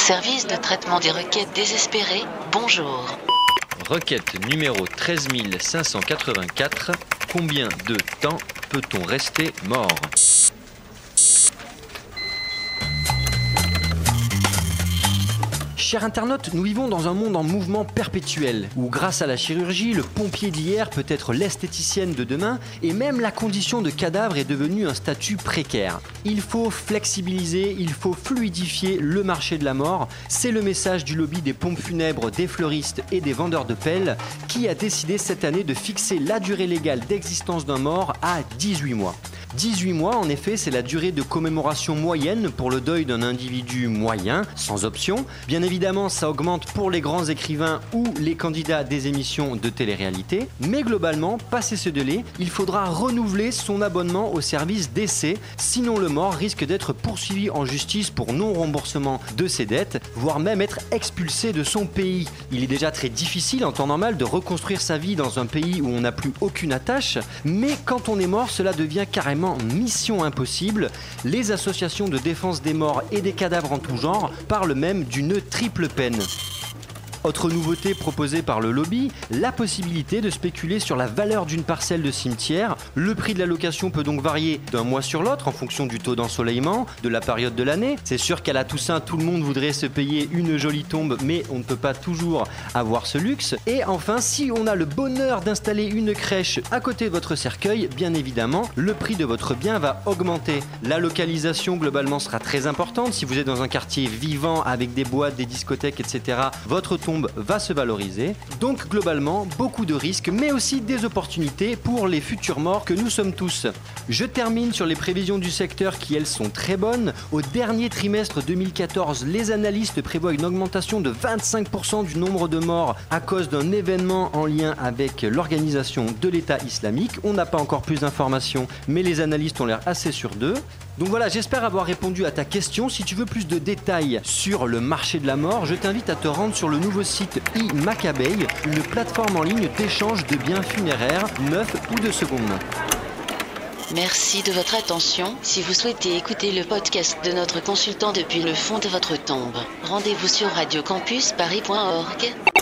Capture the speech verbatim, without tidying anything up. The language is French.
Service de traitement des requêtes désespérées, bonjour. Requête numéro treize mille cinq cent quatre-vingt-quatre. Combien de temps peut-on rester mort ? Chers internautes, nous vivons dans un monde en mouvement perpétuel, où grâce à la chirurgie, le pompier d'hier peut être l'esthéticienne de demain, et même la condition de cadavre est devenue un statut précaire. Il faut flexibiliser, il faut fluidifier le marché de la mort. C'est le message du lobby des pompes funèbres, des fleuristes et des vendeurs de pelles, qui a décidé cette année de fixer la durée légale d'existence d'un mort à dix-huit mois. dix-huit mois, en effet, c'est la durée de commémoration moyenne pour le deuil d'un individu moyen, sans option. Bien évidemment, ça augmente pour les grands écrivains ou les candidats des émissions de télé-réalité. Mais globalement, passé ce délai, il faudra renouveler son abonnement au service décès. Sinon, le mort risque d'être poursuivi en justice pour non-remboursement de ses dettes, voire même être expulsé de son pays. Il est déjà très difficile en temps normal de reconstruire sa vie dans un pays où on n'a plus aucune attache. Mais quand on est mort, cela devient carrément mission impossible. Les associations de défense des morts et des cadavres en tout genre parlent même d'une triple peine. Autre nouveauté proposée par le lobby, la possibilité de spéculer sur la valeur d'une parcelle de cimetière. Le prix de la location peut donc varier d'un mois sur l'autre en fonction du taux d'ensoleillement, de la période de l'année. C'est sûr qu'à la Toussaint, tout le monde voudrait se payer une jolie tombe, mais on ne peut pas toujours avoir ce luxe. Et enfin, si on a le bonheur d'installer une crèche à côté de votre cercueil, bien évidemment, le prix de votre bien va augmenter. La localisation globalement sera très importante. Si vous êtes dans un quartier vivant avec des boîtes, des discothèques, et cetera, votre tombe va se valoriser. Donc globalement, beaucoup de risques, mais aussi des opportunités pour les futurs morts que nous sommes tous. Je termine sur les prévisions du secteur qui, elles, sont très bonnes. Au dernier trimestre deux mille quatorze, les analystes prévoient une augmentation de vingt-cinq pour cent du nombre de morts à cause d'un événement en lien avec l'organisation de l'État islamique. On n'a pas encore plus d'informations, mais les analystes ont l'air assez sûrs d'eux. Donc voilà, j'espère avoir répondu à ta question. Si tu veux plus de détails sur le marché de la mort, je t'invite à te rendre sur le nouveau site iMacabeille, une plateforme en ligne d'échange de biens funéraires neufs ou de seconde main. Merci de votre attention. Si vous souhaitez écouter le podcast de notre consultant depuis le fond de votre tombe, rendez-vous sur radio campus paris point org.